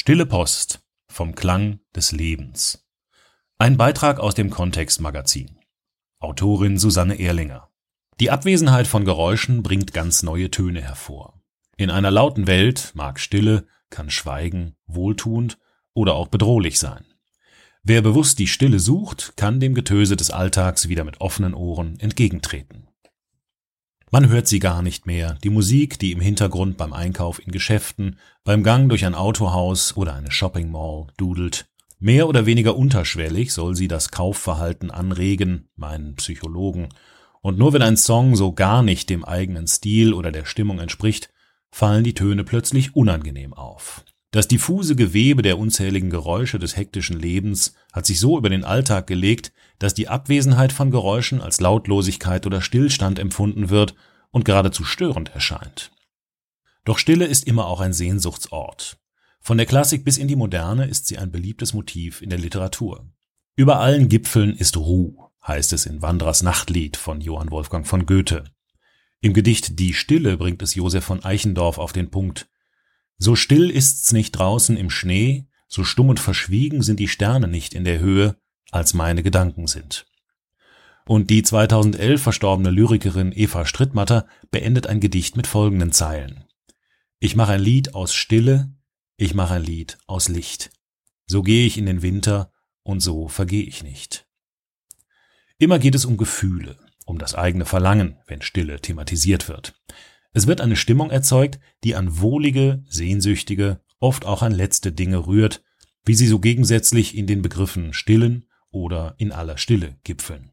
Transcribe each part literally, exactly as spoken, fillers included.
Stille Post vom Klang des Lebens. Ein Beitrag aus dem Kontext-Magazin. Autorin Susanne Ehrlinger. Die Abwesenheit von Geräuschen bringt ganz neue Töne hervor. In einer lauten Welt mag Stille, kann Schweigen wohltuend oder auch bedrohlich sein. Wer bewusst die Stille sucht, kann dem Getöse des Alltags wieder mit offenen Ohren entgegentreten. Man hört sie gar nicht mehr, die Musik, die im Hintergrund beim Einkauf in Geschäften, beim Gang durch ein Autohaus oder eine Shopping Mall dudelt. Mehr oder weniger unterschwellig soll sie das Kaufverhalten anregen, meinen Psychologen. Und nur wenn ein Song so gar nicht dem eigenen Stil oder der Stimmung entspricht, fallen die Töne plötzlich unangenehm auf. Das diffuse Gewebe der unzähligen Geräusche des hektischen Lebens hat sich so über den Alltag gelegt, dass die Abwesenheit von Geräuschen als Lautlosigkeit oder Stillstand empfunden wird und geradezu störend erscheint. Doch Stille ist immer auch ein Sehnsuchtsort. Von der Klassik bis in die Moderne ist sie ein beliebtes Motiv in der Literatur. Über allen Gipfeln ist Ruh, heißt es in Wanderers Nachtlied von Johann Wolfgang von Goethe. Im Gedicht Die Stille bringt es Josef von Eichendorff auf den Punkt: So still ist's nicht draußen im Schnee, so stumm und verschwiegen sind die Sterne nicht in der Höhe, als meine Gedanken sind. Und die zweitausendelf verstorbene Lyrikerin Eva Strittmatter beendet ein Gedicht mit folgenden Zeilen: Ich mache ein Lied aus Stille, ich mache ein Lied aus Licht. So gehe ich in den Winter und so vergehe ich nicht. Immer geht es um Gefühle, um das eigene Verlangen, wenn Stille thematisiert wird. Es wird eine Stimmung erzeugt, die an wohlige, sehnsüchtige, oft auch an letzte Dinge rührt, wie sie so gegensätzlich in den Begriffen stillen oder in aller Stille gipfeln.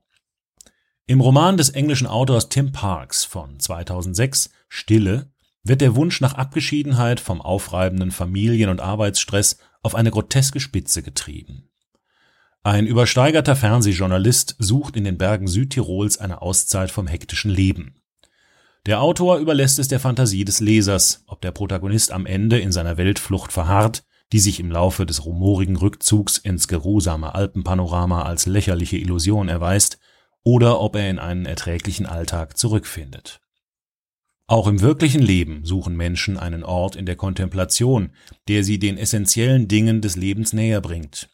Im Roman des englischen Autors Tim Parks von zweitausendsechs, Stille, wird der Wunsch nach Abgeschiedenheit vom aufreibenden Familien- und Arbeitsstress auf eine groteske Spitze getrieben. Ein übersteigerter Fernsehjournalist sucht in den Bergen Südtirols eine Auszeit vom hektischen Leben. Der Autor überlässt es der Fantasie des Lesers, ob der Protagonist am Ende in seiner Weltflucht verharrt, die sich im Laufe des rumorigen Rückzugs ins geruhsame Alpenpanorama als lächerliche Illusion erweist, oder ob er in einen erträglichen Alltag zurückfindet. Auch im wirklichen Leben suchen Menschen einen Ort in der Kontemplation, der sie den essentiellen Dingen des Lebens näher bringt.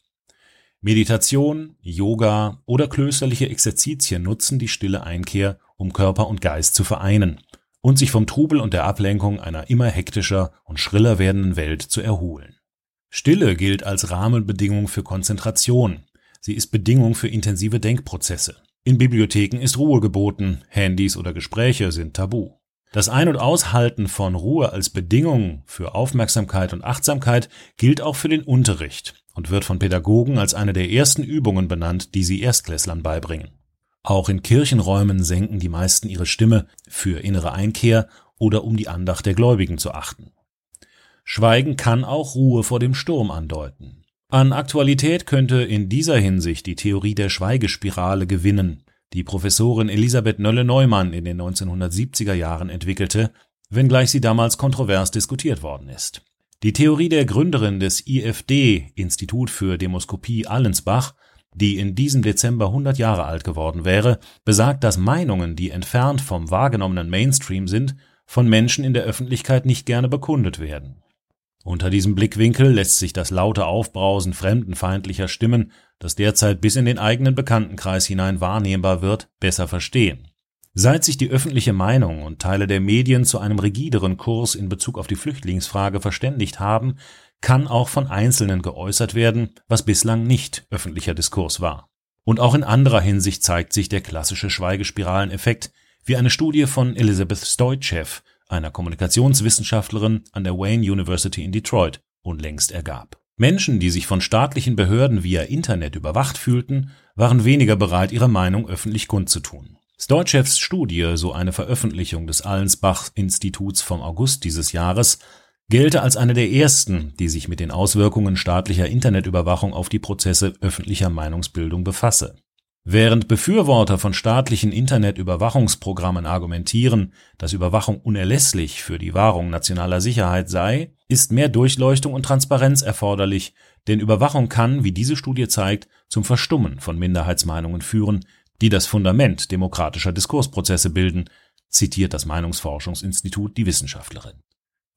Meditation, Yoga oder klösterliche Exerzitien nutzen die stille Einkehr, um Körper und Geist zu vereinen und sich vom Trubel und der Ablenkung einer immer hektischer und schriller werdenden Welt zu erholen. Stille gilt als Rahmenbedingung für Konzentration. Sie ist Bedingung für intensive Denkprozesse. In Bibliotheken ist Ruhe geboten, Handys oder Gespräche sind tabu. Das Ein- und Aushalten von Ruhe als Bedingung für Aufmerksamkeit und Achtsamkeit gilt auch für den Unterricht und wird von Pädagogen als eine der ersten Übungen benannt, die sie Erstklässlern beibringen. Auch in Kirchenräumen senken die meisten ihre Stimme für innere Einkehr oder um die Andacht der Gläubigen zu achten. Schweigen kann auch Ruhe vor dem Sturm andeuten. An Aktualität könnte in dieser Hinsicht die Theorie der Schweigespirale gewinnen, die Professorin Elisabeth Noelle-Neumann in den neunzehnhundertsiebziger Jahren entwickelte, wenngleich sie damals kontrovers diskutiert worden ist. Die Theorie der Gründerin des I F D, Institut für Demoskopie Allensbach, die in diesem Dezember hundert Jahre alt geworden wäre, besagt, dass Meinungen, die entfernt vom wahrgenommenen Mainstream sind, von Menschen in der Öffentlichkeit nicht gerne bekundet werden. Unter diesem Blickwinkel lässt sich das laute Aufbrausen fremdenfeindlicher Stimmen, das derzeit bis in den eigenen Bekanntenkreis hinein wahrnehmbar wird, besser verstehen. Seit sich die öffentliche Meinung und Teile der Medien zu einem rigideren Kurs in Bezug auf die Flüchtlingsfrage verständigt haben, kann auch von Einzelnen geäußert werden, was bislang nicht öffentlicher Diskurs war. Und auch in anderer Hinsicht zeigt sich der klassische Schweigespiraleneffekt, wie eine Studie von Elizabeth Stojcev, einer Kommunikationswissenschaftlerin an der Wayne University in Detroit, unlängst ergab. Menschen, die sich von staatlichen Behörden via Internet überwacht fühlten, waren weniger bereit, ihre Meinung öffentlich kundzutun. Stojcevs Studie, so eine Veröffentlichung des Allensbach-Instituts vom August dieses Jahres, gelte als eine der ersten, die sich mit den Auswirkungen staatlicher Internetüberwachung auf die Prozesse öffentlicher Meinungsbildung befasse. Während Befürworter von staatlichen Internetüberwachungsprogrammen argumentieren, dass Überwachung unerlässlich für die Wahrung nationaler Sicherheit sei, ist mehr Durchleuchtung und Transparenz erforderlich, denn Überwachung kann, wie diese Studie zeigt, zum Verstummen von Minderheitsmeinungen führen, die das Fundament demokratischer Diskursprozesse bilden, zitiert das Meinungsforschungsinstitut die Wissenschaftlerin.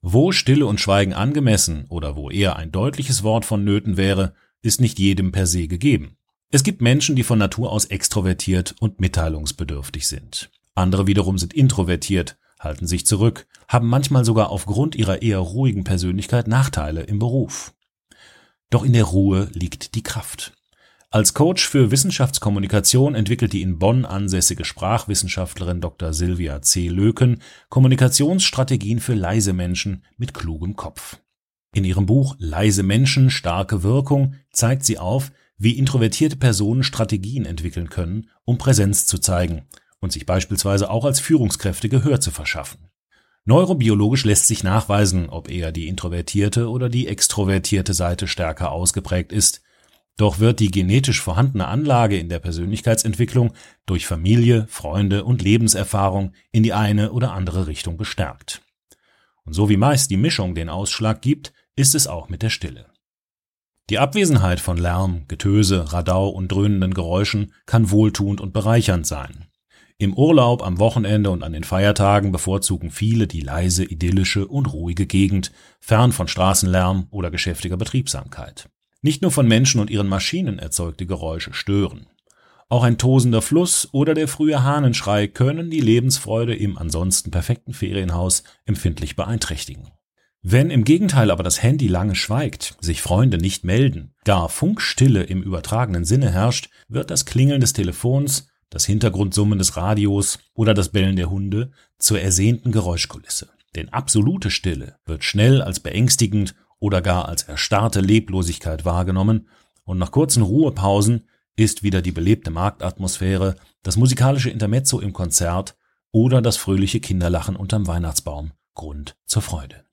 Wo Stille und Schweigen angemessen oder wo eher ein deutliches Wort vonnöten wäre, ist nicht jedem per se gegeben. Es gibt Menschen, die von Natur aus extrovertiert und mitteilungsbedürftig sind. Andere wiederum sind introvertiert, halten sich zurück, haben manchmal sogar aufgrund ihrer eher ruhigen Persönlichkeit Nachteile im Beruf. Doch in der Ruhe liegt die Kraft. Als Coach für Wissenschaftskommunikation entwickelt die in Bonn ansässige Sprachwissenschaftlerin Doktor Silvia C. Löken Kommunikationsstrategien für leise Menschen mit klugem Kopf. In ihrem Buch »Leise Menschen, starke Wirkung« zeigt sie auf, wie introvertierte Personen Strategien entwickeln können, um Präsenz zu zeigen und sich beispielsweise auch als Führungskräfte Gehör zu verschaffen. Neurobiologisch lässt sich nachweisen, ob eher die introvertierte oder die extrovertierte Seite stärker ausgeprägt ist. Doch wird die genetisch vorhandene Anlage in der Persönlichkeitsentwicklung durch Familie, Freunde und Lebenserfahrung in die eine oder andere Richtung bestärkt. Und so wie meist die Mischung den Ausschlag gibt, ist es auch mit der Stille. Die Abwesenheit von Lärm, Getöse, Radau und dröhnenden Geräuschen kann wohltuend und bereichernd sein. Im Urlaub, am Wochenende und an den Feiertagen bevorzugen viele die leise, idyllische und ruhige Gegend, fern von Straßenlärm oder geschäftiger Betriebsamkeit. Nicht nur von Menschen und ihren Maschinen erzeugte Geräusche stören. Auch ein tosender Fluss oder der frühe Hahnenschrei können die Lebensfreude im ansonsten perfekten Ferienhaus empfindlich beeinträchtigen. Wenn im Gegenteil aber das Handy lange schweigt, sich Freunde nicht melden, gar Funkstille im übertragenen Sinne herrscht, wird das Klingeln des Telefons, das Hintergrundsummen des Radios oder das Bellen der Hunde zur ersehnten Geräuschkulisse. Denn absolute Stille wird schnell als beängstigend oder gar als erstarrte Leblosigkeit wahrgenommen und nach kurzen Ruhepausen ist wieder die belebte Marktatmosphäre, das musikalische Intermezzo im Konzert oder das fröhliche Kinderlachen unterm Weihnachtsbaum Grund zur Freude.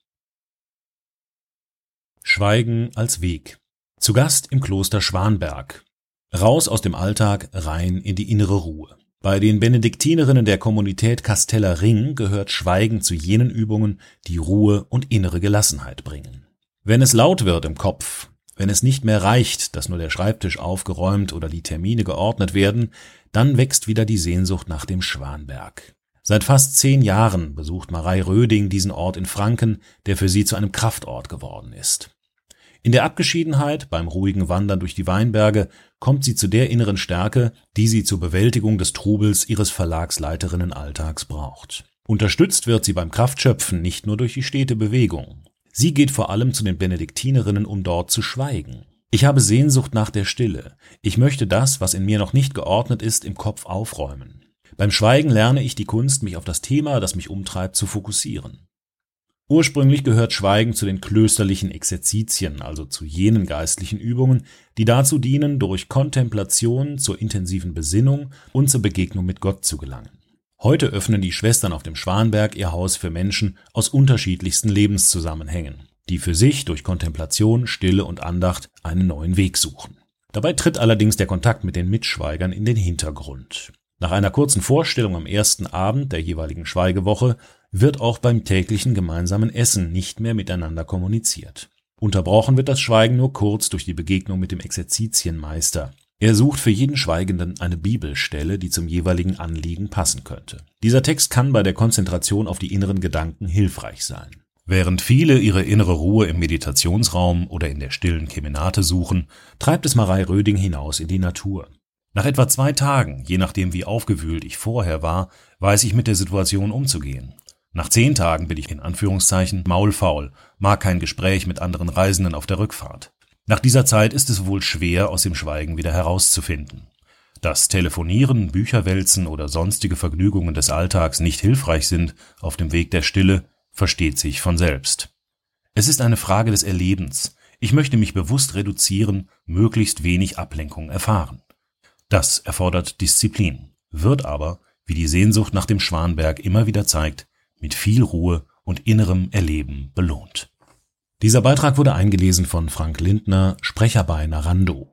Schweigen als Weg. Zu Gast im Kloster Schwanberg. Raus aus dem Alltag, rein in die innere Ruhe. Bei den Benediktinerinnen der Kommunität Casteller Ring gehört Schweigen zu jenen Übungen, die Ruhe und innere Gelassenheit bringen. Wenn es laut wird im Kopf, wenn es nicht mehr reicht, dass nur der Schreibtisch aufgeräumt oder die Termine geordnet werden, dann wächst wieder die Sehnsucht nach dem Schwanberg. Seit fast zehn Jahren besucht Marei Röding diesen Ort in Franken, der für sie zu einem Kraftort geworden ist. In der Abgeschiedenheit, beim ruhigen Wandern durch die Weinberge, kommt sie zu der inneren Stärke, die sie zur Bewältigung des Trubels ihres Verlagsleiterinnenalltags braucht. Unterstützt wird sie beim Kraftschöpfen nicht nur durch die stete Bewegung. Sie geht vor allem zu den Benediktinerinnen, um dort zu schweigen. Ich habe Sehnsucht nach der Stille. Ich möchte das, was in mir noch nicht geordnet ist, im Kopf aufräumen. Beim Schweigen lerne ich die Kunst, mich auf das Thema, das mich umtreibt, zu fokussieren. Ursprünglich gehört Schweigen zu den klösterlichen Exerzitien, also zu jenen geistlichen Übungen, die dazu dienen, durch Kontemplation zur intensiven Besinnung und zur Begegnung mit Gott zu gelangen. Heute öffnen die Schwestern auf dem Schwanberg ihr Haus für Menschen aus unterschiedlichsten Lebenszusammenhängen, die für sich durch Kontemplation, Stille und Andacht einen neuen Weg suchen. Dabei tritt allerdings der Kontakt mit den Mitschweigern in den Hintergrund. Nach einer kurzen Vorstellung am ersten Abend der jeweiligen Schweigewoche wird auch beim täglichen gemeinsamen Essen nicht mehr miteinander kommuniziert. Unterbrochen wird das Schweigen nur kurz durch die Begegnung mit dem Exerzitienmeister. Er sucht für jeden Schweigenden eine Bibelstelle, die zum jeweiligen Anliegen passen könnte. Dieser Text kann bei der Konzentration auf die inneren Gedanken hilfreich sein. Während viele ihre innere Ruhe im Meditationsraum oder in der stillen Kemenate suchen, treibt es Marei Röding hinaus in die Natur. Nach etwa zwei Tagen, je nachdem wie aufgewühlt ich vorher war, weiß ich mit der Situation umzugehen. Nach zehn Tagen bin ich in Anführungszeichen maulfaul, mag kein Gespräch mit anderen Reisenden auf der Rückfahrt. Nach dieser Zeit ist es wohl schwer, aus dem Schweigen wieder herauszufinden. Dass Telefonieren, Bücherwälzen oder sonstige Vergnügungen des Alltags nicht hilfreich sind auf dem Weg der Stille, versteht sich von selbst. Es ist eine Frage des Erlebens. Ich möchte mich bewusst reduzieren, möglichst wenig Ablenkung erfahren. Das erfordert Disziplin, wird aber, wie die Sehnsucht nach dem Schwanberg immer wieder zeigt, mit viel Ruhe und innerem Erleben belohnt. Dieser Beitrag wurde eingelesen von Frank Lindner, Sprecher bei Narando.